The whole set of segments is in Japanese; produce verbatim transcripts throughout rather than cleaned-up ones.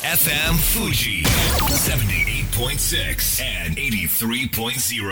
エフエム Fuji seventy-eight point six and eighty-three point zero。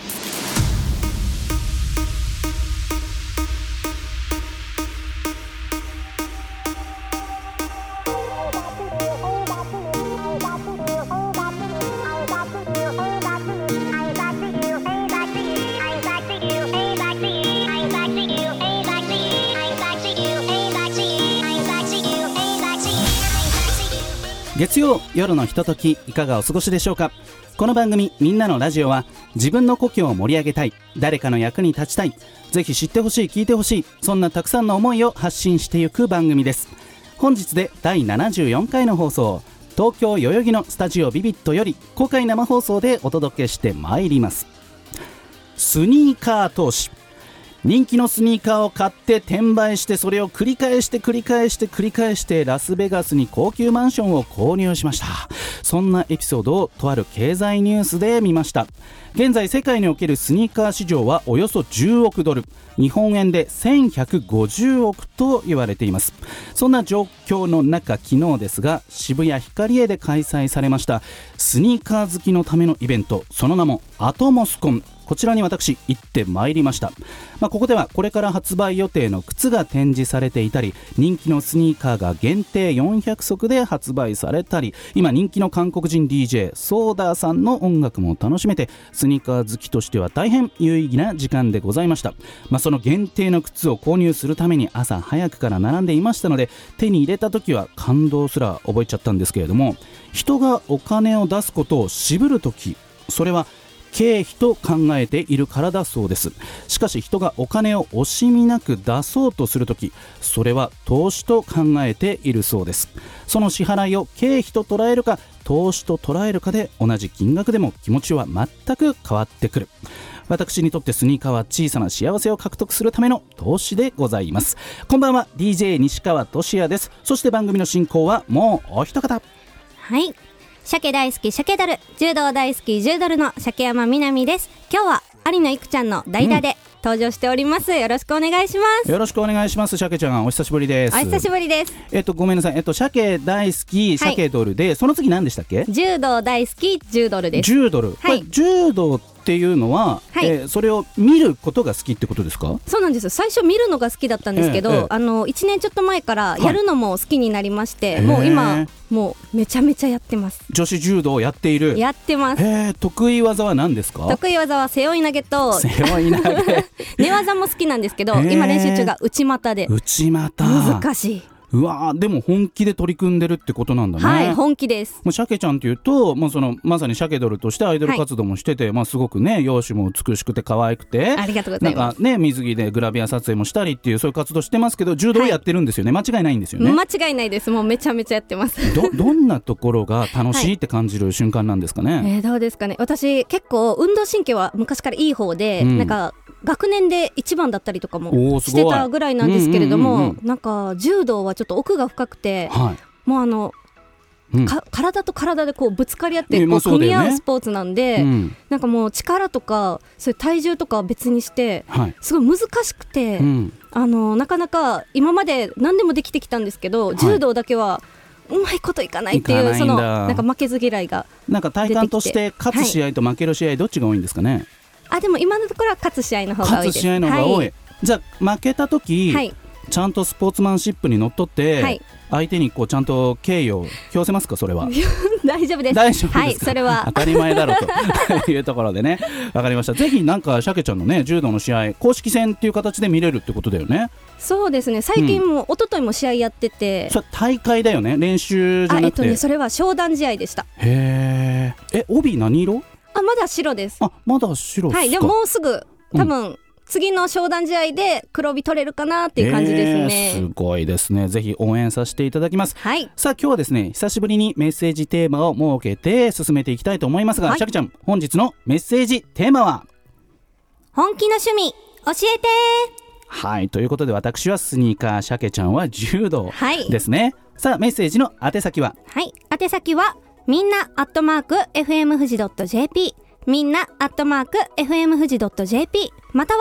月曜夜のひとときいかがお過ごしでしょうか。この番組みんなのラジオは自分の故郷を盛り上げたい、誰かの役に立ちたい、ぜひ知ってほしい、聞いてほしい、そんなたくさんの思いを発信していく番組です。本日でだいななじゅうよんかいの放送、東京代々木のスタジオビビットより公開生放送でお届けしてまいります。スニーカー投資。人気のスニーカーを買って転売して、それを繰り返して繰り返して繰り返してラスベガスに高級マンションを購入しました。そんなエピソードをとある経済ニュースで見ました。現在世界におけるスニーカー市場はおよそじゅうおくドル、日本円でせんひゃくごじゅうおくと言われています。そんな状況の中、昨日ですが渋谷ヒカリエで開催されましたスニーカー好きのためのイベント、その名もアトモスコン。こちらに私行ってまいりました。まあ、ここではこれから発売予定の靴が展示されていたり、人気のスニーカーが限定よんひゃくそくで発売されたり、今人気の韓国人 ディージェー ソーダーさんの音楽も楽しめて、スニーカー好きとしては大変有意義な時間でございました。まあ、その限定の靴を購入するために朝早くから並んでいましたので、手に入れた時は感動すら覚えちゃったんですけれども、人がお金を出すことを渋る時、それは経費と考えているからだそうです。しかし人がお金を惜しみなく出そうとするとき、それは投資と考えているそうです。その支払いを経費と捉えるか投資と捉えるかで、同じ金額でも気持ちは全く変わってくる。私にとってスニーカーは小さな幸せを獲得するための投資でございます。こんばんは、 ディージェー 西川俊也です。そして番組の進行はもうお一方。 はい、鮭大好き鮭ドル、柔道大好き柔ドルの鮭山みなみです。今日は有野いくちゃんの代打で登場しております、うん、よろしくお願いします。 よろしくお願いします。鮭ちゃんお久しぶりです。 お久しぶりです。 えっとごめんなさい、えっと鮭大好き鮭ドルで、はい、その次何でしたっけ。 柔道大好き柔ドルです。 柔ドル、はい、柔道っていうのは、はい、えー、それを見ることが好きってことですか。 そうなんですよ。最初見るのが好きだったんですけど、えーえー、あのいちねんちょっと前からやるのも好きになりまして、はい、もう今もうめちゃめちゃやってます。 女子柔道をやっている。 やってます。 えー、得意技は何ですか。 得意技は背負い投げと背負い投げ寝技も好きなんですけど、今練習中が内股で。 内股難しい。 うわー、でも本気で取り組んでるってことなんだね。 はい、本気です。 もう鮭ちゃんっていうと、まあ、そのまさに鮭ドルとしてアイドル活動もしてて、はい、まあ、すごくね容姿も美しくて可愛くて、 ありがとうございます。 なんかね水着でグラビア撮影もしたりっていう、そういう活動してますけど、柔道をやってるんですよね、はい、間違いないんですよね。 間違いないです。もうめちゃめちゃやってます。 ど, どんなところが楽しいって感じる瞬間なんですかね。 はい、えー、どうですかね。私結構運動神経は昔からいい方で、うん、なんか学年で一番だったりとかもしてたぐらいなんですけれども、うんうんうんうん、なんか柔道はちょっと奥が深くて、はい、もうあの、うん、か体と体でこうぶつかり合ってこう組み合うスポーツなんで、うん、なんかもう力とかそういう体重とかは別にして、はい、すごい難しくて、うん、あのなかなか今まで何でもできてきたんですけど、はい、柔道だけはうまいこといかないっていう、そのなんか負けず嫌いが出てきて、 なんか体感として勝つ試合と負ける試合、どっちが多いんですかね。 あ、でも今のところは勝つ試合の方が多いです。 勝つ試合の方が多い、はい、じゃあ負けた時、はい、ちゃんとスポーツマンシップにのっとって、はい、相手にこうちゃんと敬意を表せますか。それは大丈夫です。 大丈夫ですか。はい、 それは当たり前だろうというところでね。わかりました。ぜひなんか鮭ちゃんのね柔道の試合公式戦っていう形で見れるってことだよね。 そうですね。最近も、うん、一昨日も試合やってて、 それ大会だよね、練習じゃなくて。あ、えっとね、 それは商談試合でした。 へー。え、帯何色。 あ、まだ白です。 あ、まだ白ですか。 はい、でももうすぐ多分、うん、次の商談試合で黒帯取れるかなっていう感じですね。 えー、すごいですね。ぜひ応援させていただきます。 はい、 さあ今日はですね、久しぶりにメッセージテーマを設けて進めていきたいと思いますが、シャキちゃん本日のメッセージテーマは本気の趣味教えて。 はい、ということで私はスニーカー、シャケちゃんは柔道ですね。はい、さあメッセージの宛先は、 はい、宛先はみんなアットマーク エフエム 富士 ドット ジェーピー みんなアットマーク エフエム 富士 ドット ジェーピー または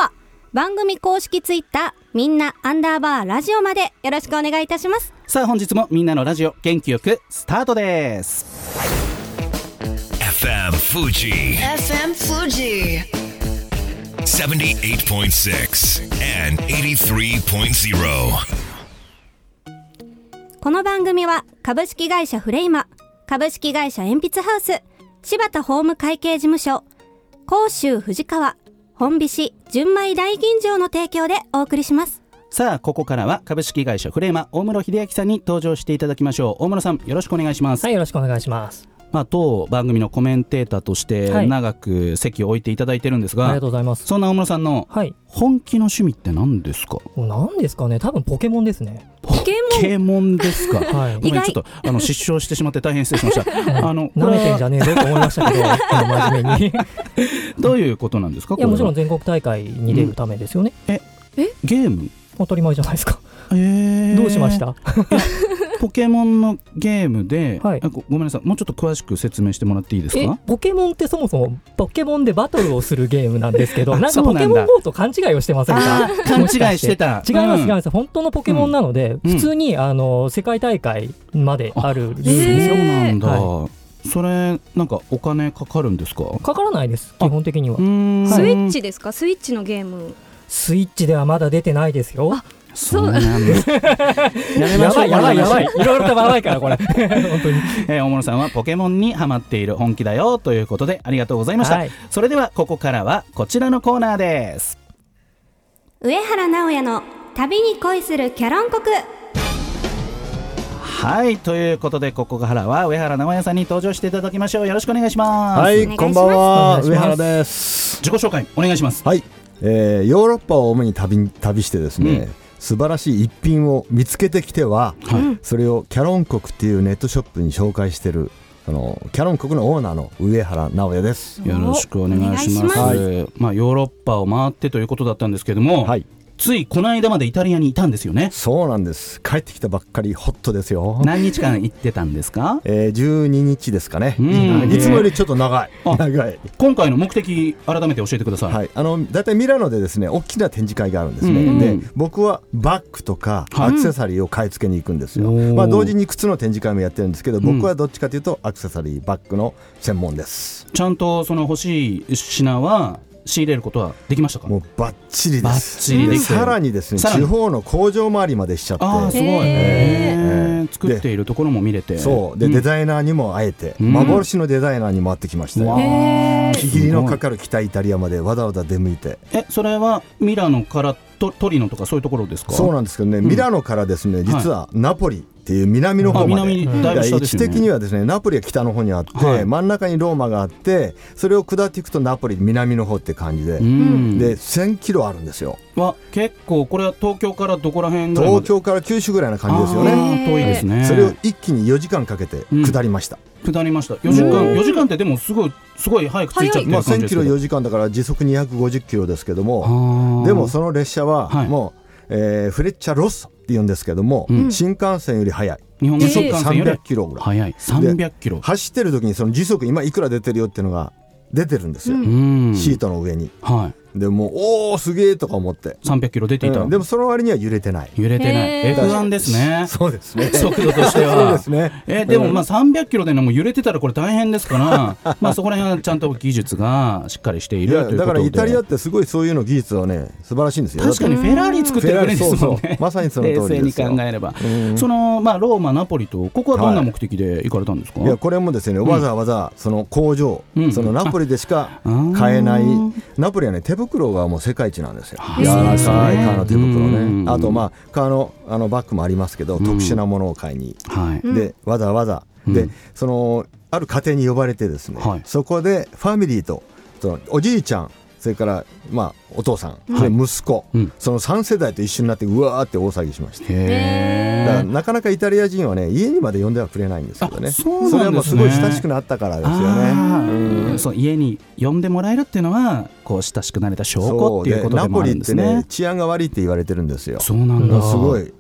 番組公式ツイッターみんなアンダーバーラジオまでよろしくお願いいたします。 さあ本日もみんなのラジオ元気よくスタートです。 エフエム Fuji エフエム Fuji セブンティーエイトポイントシックス and エイティスリーポイントゼロ。 この番組は株式会社フレイマ、株式会社鉛筆ハウス、柴田法務会計事務所、甲州藤川、本菱純米大吟醸の提供でお送りします。 さあここからは株式会社フレーマ大室秀明さんに登場していただきましょう。大室さんよろしくお願いします。 はい、よろしくお願いします。 まあ、当番組のコメンテーターとして長く席を置いていただいてるんですが、はい、 ありがとうございます。 そんな大室さんの本気の趣味って何ですか？ 何ですかね、多分ポケモンですね。 ポケモンポケモンですか？ はい、 ごめんちょっとあの失笑してしまって大変失礼しましたあの舐めてんじゃねえぞと思いましたけど真面目にどういうことなんですか？ いやもちろん全国大会に出るためですよね、 うん、ええゲーム当たり前じゃないですか。 えー、 どうしましたポケモンのゲームで、 はい、 ご, ごめんなさいもうちょっと詳しく説明してもらっていいですか？ えポケモンってそもそもポケモンでバトルをするゲームなんですけどなんかポケモン ゴー と勘違いをしてませんか？ 勘違いしてた違います違います、うん、本当のポケモンなので、うん、普通にあの世界大会まであるルールですよ。 そうなんだ、 はい、 それなんかお金かかるんですか？ かからないです基本的には。 スイッチですか？スイッチのゲーム。 スイッチではまだ出てないですよ。 あそうなんですややばいやばいやばいいろいろとやばいからこれ本当に、 えー、大室さんはポケモンにハマっている本気だよということでありがとうございました、はい、それではここからはこちらのコーナーです。 上原直哉の旅に恋するキャロン国。 はいということでここからは上原直哉さんに登場していただきましょう。よろしくお願いします。 はいこんばんは上原です。 自己紹介お願いします。 はい、えー、ヨーロッパを主に 旅, 旅してですね、うん素晴らしい一品を見つけてきては、はい、それをキャロン国っていうネットショップに紹介しているあのキャロン国のオーナーの上原直哉です。 よろしくお願いします。はい、まあ、ヨーロッパを回ってということだったんですけども、はい、ついこの間までイタリアにいたんですよね。 そうなんです。帰ってきたばっかりホットですよ。 何日間行ってたんですか？ えー、じゅうににちですかね。いつもよりちょっと長い長い。 今回の目的改めて教えてください。 はい、あのだいたいミラノでですね大きな展示会があるんですね、うんうん、で僕はバッグとかアクセサリーを買い付けに行くんですよ、うんまあ、同時に靴の展示会もやってるんですけど、僕はどっちかというとアクセサリーバッグの専門です。 ちゃんとその欲しい品は仕入れることはできましたか？ もうバッチリです。 バッチリでさらにですね地方の工場周りまでしちゃって、 あすごい、えー、作っているところも見れて、 そうで、うん、デザイナーにも会えて、うん、幻のデザイナーにも会ってきましたよ。日切りのかかる北イタリアまでわざわざ出向いて。 えそれはミラノからト, トリノとかそういうところですか？ そうなんですけどね、うん、ミラノからですね実はナポリっていう南の方まで、 うん、だいぶ下ですね。 位置的にはですねナポリは北の方にあって、はい、真ん中にローマがあってそれを下っていくとナポリ南の方って感じで、うん、でせんキロあるんですよ。 わ結構これは東京からどこら辺ぐらいまで？ 東京から九州ぐらいな感じですよね。 遠いですね。 それを一気によじかんかけて下りました、 うん、下りました。よじかんよじかんってでもすごいすごい早く着いちゃってる感じですけど、まあ、 せんキロよじかんだから時速にひゃくごじゅっキロですけども、でもその列車はもう、はいえー、フレッチャロッソって言うんですけども、うん、新幹線より速い。 日本時速さんびゃくキロぐらい速い。さんびゃくキロ走ってる時にその時速今いくら出てるよっていうのが出てるんですよ、うん、シートの上に、はい、でもうおーすげーとか思ってさんびゃくキロ出ていた、 うん、でもその割には揺れてない揺れてない エフワン ですね。 そうですね速度としてはそうですね。 えでもまあさんびゃくキロでも揺れてたらこれ大変ですからまあそこら辺はちゃんと技術がしっかりしているということで。 だからイタリアってすごいそういうの技術はね素晴らしいんですよ。 確かにフェラーリ作ってるぐらいですもんね。そうそうまさにその通りですよ。 冷静に考えれば、うん、そのまあローマナポリとここはどんな目的で行かれたんですか？ はい、いやこれもですねわざわざその工場、うん、そのナポリでしか買えない、うん、ナポリはね手袋がもう世界一なんですよ。柔らかい革の手袋ね。あとまあ革のあのバッグもありますけど、うん、特殊なものを買いに、はい、でわざわざ、うん、でそのある家庭に呼ばれてですね、はい、そこでファミリーとそのおじいちゃんそれからまあお父さん、それ息子、うん、そのさん世代と一緒になってうわーって大騒ぎしました。へだからなかなかイタリア人はね家にまで呼んではくれないんですけどね。 そうなんですね。 それはもうすごい親しくなったからですよね。 うん、そう家に呼んでもらえるっていうのはこう親しくなれた証拠っていうことでもあるんですね。 ナポリってね治安が悪いって言われてるんですよ。 そうなんだ。 すごい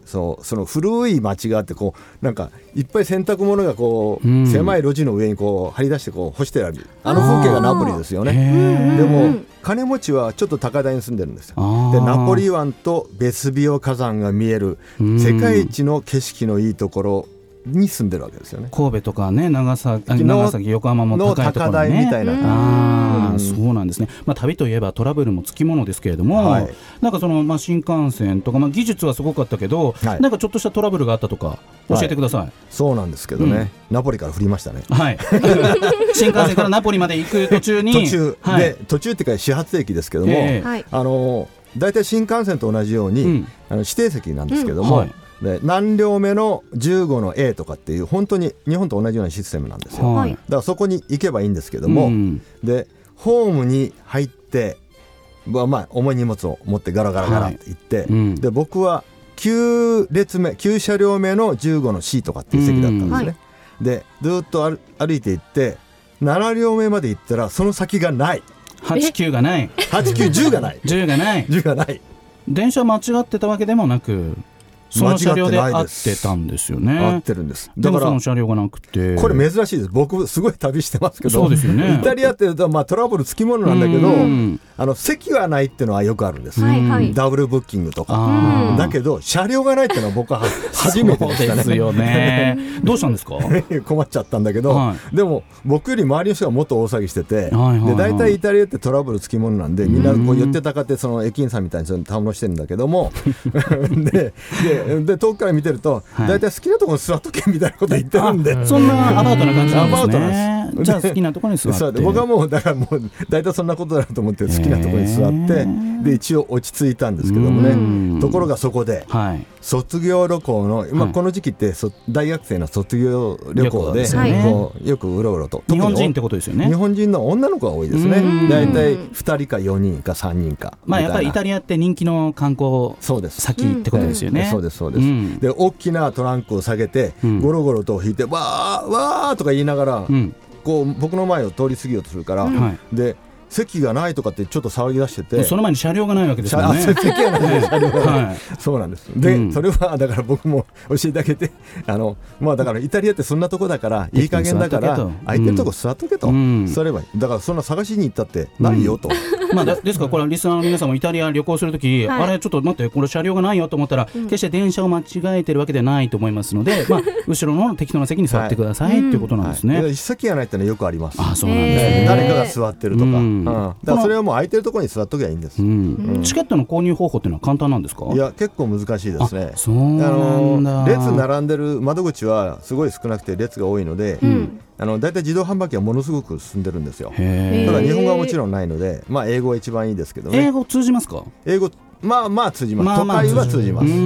そうその古い町があってこうなんかいっぱい洗濯物がこう、うん、狭い路地の上にこう張り出してこう干してあるあの風景がナポリですよね。でも金持ちはちょっと高台に住んでるんですよ。でナポリ湾とベスビオ火山が見える世界一の景色のいいところに住んでるわけですよね。 神戸とかね 長崎, 長崎横浜も高いところ、ね、 の高台みたいな、 あ、うん、そうなんですね、まあ、旅といえばトラブルもつきものですけれども、はい、なんかその、まあ、新幹線とか、まあ、技術はすごかったけど、はい、なんかちょっとしたトラブルがあったとか教えてください。はい、 そうなんですけどね、うん、ナポリから降りましたね。 はい、新幹線からナポリまで行く途中に途中、はい、で途中っていうか始発駅ですけども、えー、あのだいたい新幹線と同じように、うん、あの指定席なんですけども、うんはい、で何両目のじゅうごの エー とかっていう本当に日本と同じようなシステムなんですよ。はい、だからそこに行けばいいんですけども、うん、でホームに入って、まあ、まあ重い荷物を持ってガラガラガラって行って、はいうん、で僕はきゅう列目きゅう車両目のじゅうごの シー とかっていう席だったんですね。うんはい、でずっと歩いて行ってなな両目まで行ったらその先がない。 はちきゅうがない。 はちきゅうじゅうがない。 じゅうがない。 じゅうがない。 電車間違ってたわけでもなくその車両で合ってたんですよね。 合ってるんです。 だからその車両がなくてこれ珍しいです。僕すごい旅してますけどそうですよ、ね、 イタリアって、まあ、トラブルつきものなんだけどあの席がないっていうのはよくあるんです、はいはい、ダブルブッキングとかだけど車両がないっていうのは僕は初めてでしたね。 そうですよねどうしたんですか困っちゃったんだけど、はい、でも僕より周りの人がもっと大騒ぎしてて、はいはいはい、で大体イタリアってトラブルつきものなんでみんなこう寄ってたかってその駅員さんみたいにそういうの堪能してるんだけどもで, で, で遠くから見てると、はい、だいたい好きなところに座っとけみたいなこと言ってるんでそんなアバウトな感じなんですね。 アバウトなんです。 じゃあ好きなところに座って僕はもうだからもうだいたいそんなことだと思って好きなところに座ってで一応落ち着いたんですけどもね。ところがそこで、はい、卒業旅行の、まあ、この時期ってそ大学生の卒業旅行で、はい、こうよくうろうろと日本人ってことですよね。 日本人の女の子が多いですね。だいたいふたりかよにんかさんにんかまあ、やっぱりイタリアって人気の観光先ってことですよね。 そうですそうです、うん、で大きなトランクを下げて、うん、ゴロゴロと引いてわーわーとか言いながら、うん、こう僕の前を通り過ぎようとするから、うん、で席がないとかってちょっと騒ぎ出しててその前に車両がないわけですよね。 席がない、車両がない、はい、そうなんです。で、うん、それはだから僕も教えてあげてあの、まあ、だからイタリアってそんなとこだからいい加減だから空いてるとこ座っとけと、うん、それはだからそんな探しに行ったってないよと、 うんまあ、ですからこれリスナーの皆さんもイタリア旅行するとき、はい、あれちょっと待ってこれ車両がないよと思ったら、うん、決して電車を間違えてるわけではないと思いますので、まあ、後ろの適当な席に座ってください、はい、っていうことなんですね。 はい、席がないってのはよくあります。 あ、そうなんですね。 誰かが座ってるとか、うん、だからそれはもう空いてるところに座っときゃいいんです、うんうん、チケットの購入方法っていうのは簡単なんですか？ いや結構難しいですね。 そうなんだ。 あの列並んでる窓口はすごい少なくて列が多いので、うん、あのだいたい自動販売機はものすごく進んでるんですよ。ただ日本語はもちろんないので、まあ、英語は一番いいですけどね。 英語通じますか？ 英語まあまあ通じます、まあまあ、都会は通じます。うん、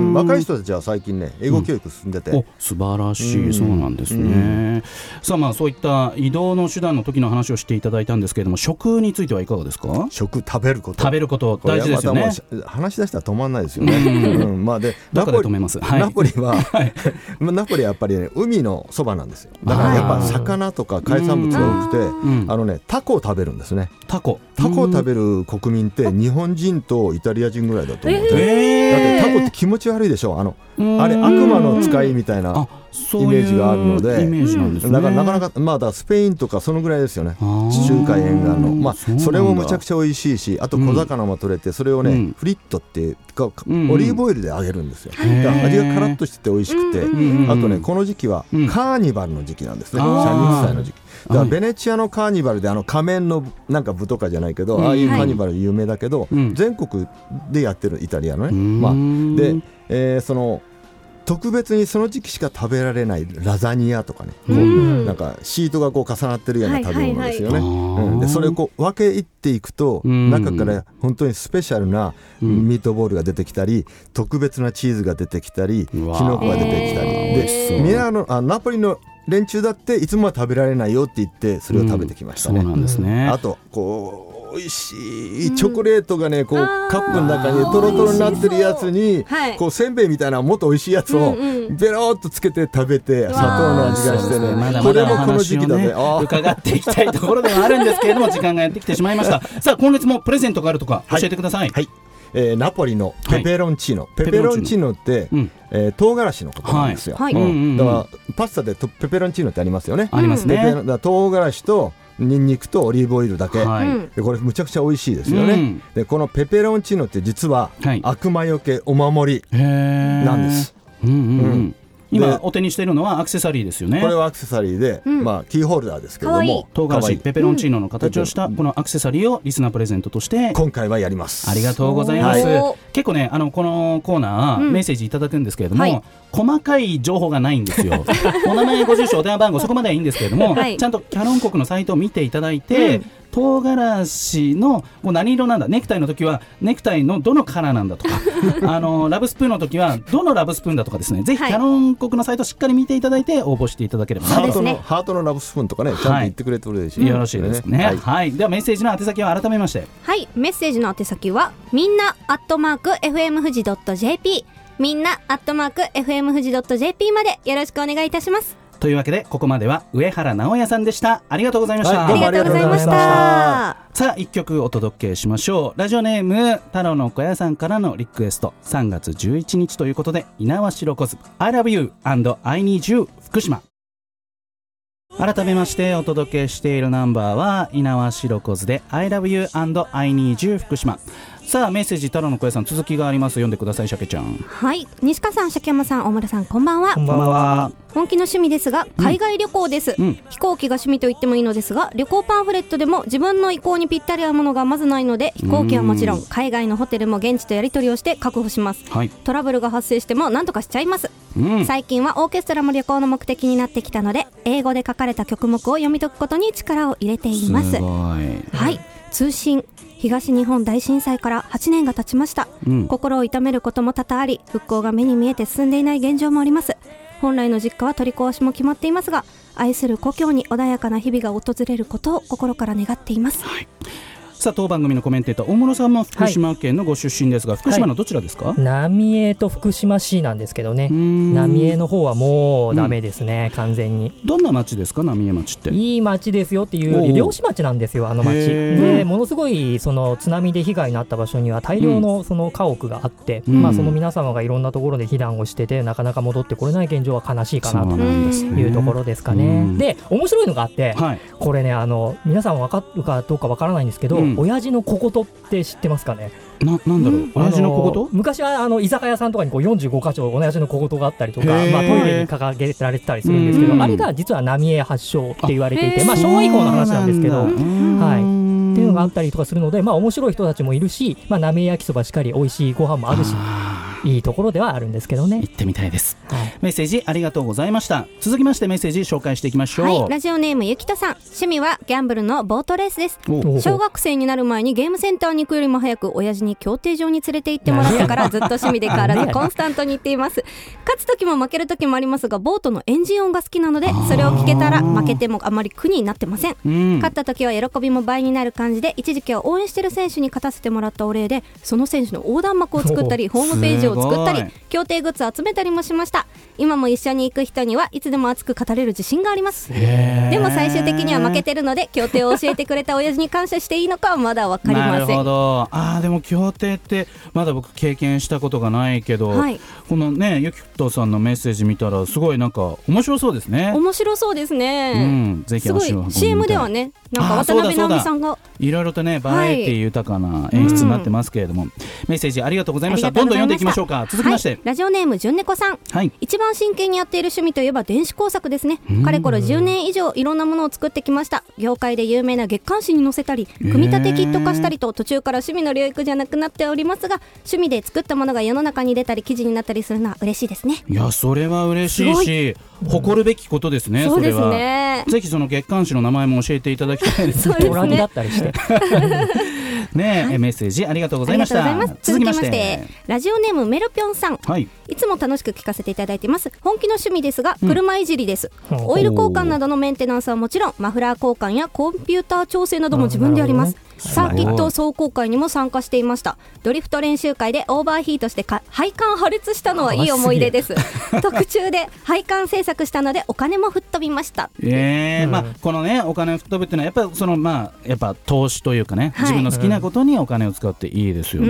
若い人たちは最近ね英語教育進んでて、うん、 お素晴らしい、うん、そうなんですね、うん、さあまあそういった移動の手段の時の話をしていただいたんですけれども食についてはいかがですか？ 食食べること食べること大事ですよね。 ま、話し出したら止まんないですよね、うんうんまあ、でナポリ、はい、 ナポリは、はい、ナポリはやっぱり、ね、海のそばなんですよ。だからやっぱ魚とか海産物が多くて、うん、あのねタコを食べるんですね。 タコタコを食べる国民って日本人とイタリア人ぐらいだと思う。えー、だってタコって気持ち悪いでしょ。あのあれ悪魔の使いみたいなイメージがあるので、イメージなんですね。だからなかなか、まあ、だスペインとかそのぐらいですよね。地中海沿岸の、まあ、そ, それもむちゃくちゃ美味しいし、あと小魚も取れてそれをね、うん、フリットっていうかオリーブオイルで揚げるんですよ。だから味がカラッとしてて美味しくて、あとねこの時期はカーニバルの時期なんですね。シャニ祭の時期だからベネチアのカーニバルであの仮面のなんか部とかじゃないけど、ああいうカーニバル有名だけど、全国でやってるイタリアのね、まあ、で、えー、その特別にその時期しか食べられないラザニアとかね、こうなんかシートがこう重なってるような食べ物ですよね、はいはいはいうん、でそれをこう分け入っていくと中から本当にスペシャルなミートボールが出てきたり特別なチーズが出てきたりキノコが出てきたりでミラノあナポリの連中だっていつもは食べられないよって言ってそれを食べてきましたね、うん、そうなんですね。あとこう美味しいチョコレートがねこうカップの中にトロトロになってるやつにこうせんべいみたいなもっと美味しいやつをベローっとつけて食べて砂糖の味がしてね、まだまだこれもこの時期だね伺っていきたいところではあるんですけれども時間がやってきてしまいました。さあ今月もプレゼントがあるとか教えてください。 はい、はいえー、ナポリのペペロンチーノ、はい、ペペロンチーノって、うんえー、唐辛子のことなんですよ、はいはいうん、だからパスタでペペロンチーノってありますよね。 ありますね。 だ唐辛子とニンニクとオリーブオイルだけ、はい、でこれむちゃくちゃ美味しいですよね、うん、でこのペペロンチーノって実は悪魔よけお守りなんです、 うんうんうん今お手にしているのはアクセサリーですよね。 これはアクセサリーで、うんまあ、キーホルダーですけれども唐辛子ペペロンチーノの形をしたこのアクセサリーをリスナープレゼントとして今回はやります。 ありがとうございます、はい、結構ねあのこのコーナー、うん、メッセージいただくんですけれども、はい、細かい情報がないんですよお名前ご住所お電話番号そこまではいいんですけれども、はい、ちゃんとキャノン国のサイトを見ていただいて、うん唐辛子のこう何色なんだネクタイの時はネクタイのどのカラーなんだとかあのラブスプーンの時はどのラブスプーンだとかですねぜひキャノン国のサイトしっかり見ていただいて応募していただければなハートの、ハートのラブスプーンとかねちゃんと言ってくれて嬉しい、 はい、よろしいですね、はいはい、ではメッセージの宛先は改めましてはいメッセージの宛先はみんなアットマーク エフエム 富士 .jp みんなアットマーク エフエム 富士 .jp までよろしくお願いいたします。 というわけでここまでは上原直也さんでした。ありがとうございました、 はい、どうもありがとうございました。 さあ一曲お届けしましょう。ラジオネーム太郎の小屋さんからのリクエストさんがつじゅういちにちということで猪苗代湖ズ I love you and I need you 福島。改めましてお届けしているナンバーは猪苗代湖ズで I love you and I need you 福島。さあメッセージ太郎の小屋さん続きがあります。読んでください。シャケちゃん。 はい西川さん鮭山さん大村さんこんばんは。 こんばんは。 本気の趣味ですが海外旅行です、うん、飛行機が趣味と言ってもいいのですが旅行パンフレットでも自分の意向にぴったり合うものがまずないので飛行機はもちろん海外のホテルも現地とやり取りをして確保します、はい、トラブルが発生しても何とかしちゃいます、うん、最近はオーケストラも旅行の目的になってきたので英語で書かれた曲目を読み解くことに力を入れています。 すごい。 はい、通信東日本大震災からはちねんが経ちました、うん、心を痛めることも多々あり復興が目に見えて進んでいない現状もあります。本来の実家は取り壊しも決まっていますが愛する故郷に穏やかな日々が訪れることを心から願っています、はい。 さあ当番組のコメンテーター大室さんも福島県のご出身ですが、はい、福島のどちらですか？ 浪江と福島市なんですけどね。浪江の方はもうダメですね、うん、完全に。 どんな町ですか浪江町って？ いい町ですよっていうより漁師町なんですよあの町で。ものすごいその津波で被害になった場所には大量のその家屋があって、うんまあ、その皆様がいろんなところで避難をしててなかなか戻ってこれない現状は悲しいかなというところですかね。で面白いのがあって、はい、これねあの皆さん分かるかどうか分からないんですけど、うん親父の小言って知ってますかね？ な, なんだろう、うん、親父の小言？ 昔はあの居酒屋さんとかにこうよんじゅうごかしょ親父の小言があったりとか、まあ、トイレに掲げられてたりするんですけど、あれが実は浪江発祥って言われていて、まあ、昭和以降の話なんですけど、はい、っていうのがあったりとかするので、まあ、面白い人たちもいるし、まあ、浪江焼きそばしかり美味しいご飯もあるしいいところではあるんですけどね。 行ってみたいです、はい、メッセージありがとうございました。続きましてメッセージ紹介していきましょう。 はい、ラジオネームゆきとさん。趣味はギャンブルのボートレースです。小学生になる前にゲームセンターに行くよりも早く親父に競艇場に連れて行ってもらったからずっと趣味で変わらずコンスタントに行っています。勝つ時も負ける時もありますがボートのエンジン音が好きなのでそれを聞けたら負けてもあまり苦になってません、うん、勝った時は喜びも倍になる感じで一時期は応援してる選手に勝たせてもらったお礼でその選手の横断幕を作ったりホームページを作ったり競艇グッズを集めたりもしました。今も一緒に行く人にはいつでも熱く語れる自信があります。でも最終的には負けてるので競艇を教えてくれた親父に感謝していいのかはまだ分かりません。 なるほど。あでも競艇ってまだ僕経験したことがないけど、はい、このねゆきとさんのメッセージ見たらすごいなんか面白そうですね。 面白そうですね、 うん、ぜひ足を運んでみたい。 シーエム ではねなんか渡辺直美さんがいろいろとねバラエティ豊かな演出になってますけれども、はい、メッセージありがとうございました。どんどん読んでいきましょうか。続きまして、はい、 ラジオネームじゅんねこさん、はい、一番真剣にやっている趣味といえば電子工作ですね。かれこれじゅうねん以上いろんなものを作ってきました。業界で有名な月刊誌に載せたり組み立てキット化したりと途中から趣味の領域じゃなくなっておりますが趣味で作ったものが世の中に出たり記事になったりするのは嬉しいですね。 いやそれは嬉しいし誇るべきことですね、うん、 そうですね。 ぜひその月刊誌の名前も教えていただきたいです。 そうですね。 トラギだったりしてね、はい、メッセージありがとうございました。 続きましてラジオネームメロぴょんさん、はい、いつも楽しく聞かせていただいています。本気の趣味ですが車いじりです、うん、オイル交換などのメンテナンスはもちろんマフラー交換やコンピューター調整なども自分でやります。 サーキット壮行会にも参加していました。ドリフト練習会でオーバーヒートしてか配管破裂したのはいい思い出です。特注で配管製作したのでお金も吹っ飛びました。 えーうんまあ、このねお金吹っ飛ぶっていうのはやっぱそのまあやっぱ投資というかね、はい、自分の好きなことにお金を使っていいですよね、うん、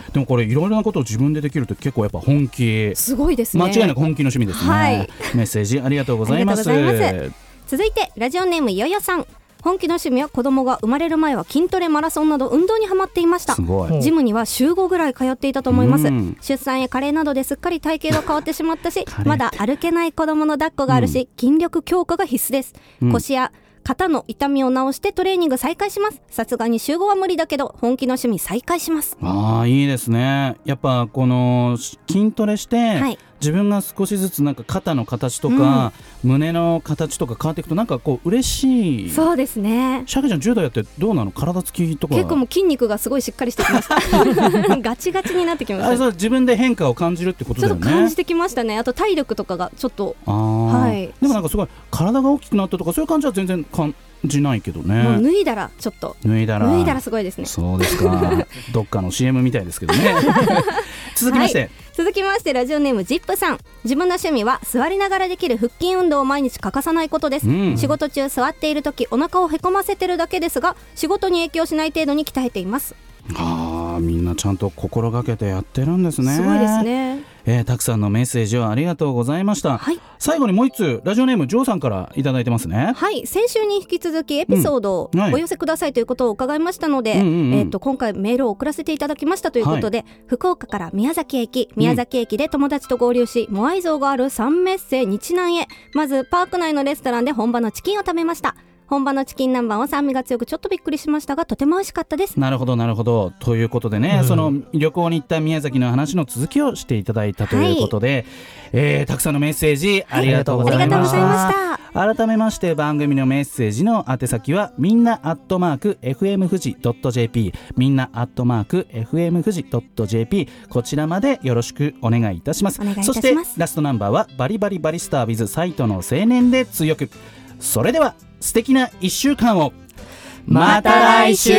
でもこれいろいろなことを自分でできると結構やっぱ本気すごいですね。 間違いなく本気の趣味ですね、はい、メッセージありがとうございます。 続いてラジオネームよよさん。本気の趣味は子供が生まれる前は筋トレマラソンなど運動にハマっていました。 すごい。 ジムには週ごぐらい通っていたと思います。出産や加齢などですっかり体型が変わってしまったしまだ歩けない子供の抱っこがあるし、うん、筋力強化が必須です、うん、腰や肩の痛みを治してトレーニング再開します。さすがに週ごは無理だけど本気の趣味再開します。 ああいいですね。やっぱこの筋トレして、はい、自分が少しずつなんか肩の形とか、うん、胸の形とか変わっていくとなんかこう嬉しい。 そうですね。 シャケちゃんじゅう代やってどうなの？体つきとか結構もう筋肉がすごいしっかりしてきましたガチガチになってきました。 あそう自分で変化を感じるってことだよね。 ちょっと感じてきましたね。あと体力とかがちょっとあ、はい、 でもなんかすごい体が大きくなったとかそういう感じは全然感じないけどね。 もう脱いだらちょっと脱いだら脱いだらすごいですね。 そうですかどっかの シーエム みたいですけどね続きまして、はい、 続きましてラジオネームジップさん。自分の趣味は座りながらできる腹筋運動を毎日欠かさないことです、うん、仕事中座っている時お腹をへこませてるだけですが仕事に影響しない程度に鍛えています。 あみんなちゃんと心がけてやってるんですね。 すごいですね、 えー、たくさんのメッセージをありがとうございました、はい、最後にもう一通ラジオネームジョーさんからいただいてますね。 はい、先週に引き続きエピソードをお寄せくださいということを伺いましたので、うんうんうんえー、と今回メールを送らせていただきましたということで、はい、福岡から宮崎駅宮崎駅で友達と合流し、うん、モアイ像があるサンメッセ日南へまずパーク内のレストランで本場のチキンを食べました。本場のチキン南蛮は酸味が強くちょっとびっくりしましたがとても美味しかったです。 なるほどなるほど。ということでね、うん、その旅行に行った宮崎の話の続きをしていただいたということで、はいえー、たくさんのメッセージありがとうございました、はい、改めまして番組のメッセージの宛先はみんなアットマーク エフエム 富士 .jp みんなアットマーク エフエム 富士 .jp こちらまでよろしくお願いいたします。 お願いいたします。 そしてラストナンバーはバリバリバリスター with サイトの青年で強く。それでは素敵ないっしゅうかんを。また来週。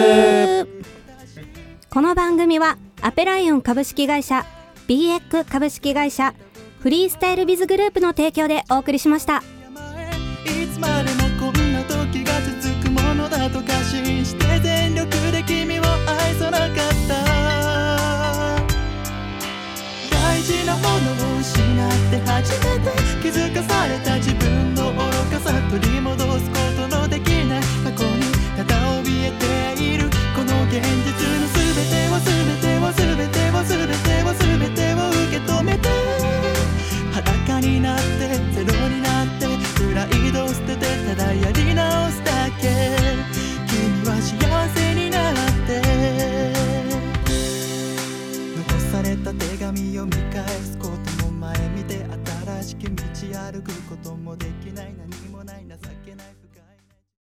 この番組はアペライオン株式会社 ビーエック 株式会社フリースタイルビズグループの提供でお送りしました。いつまでもこんな時が続くものだと過信して全力で君を愛さなかった。大事なものを失って初めて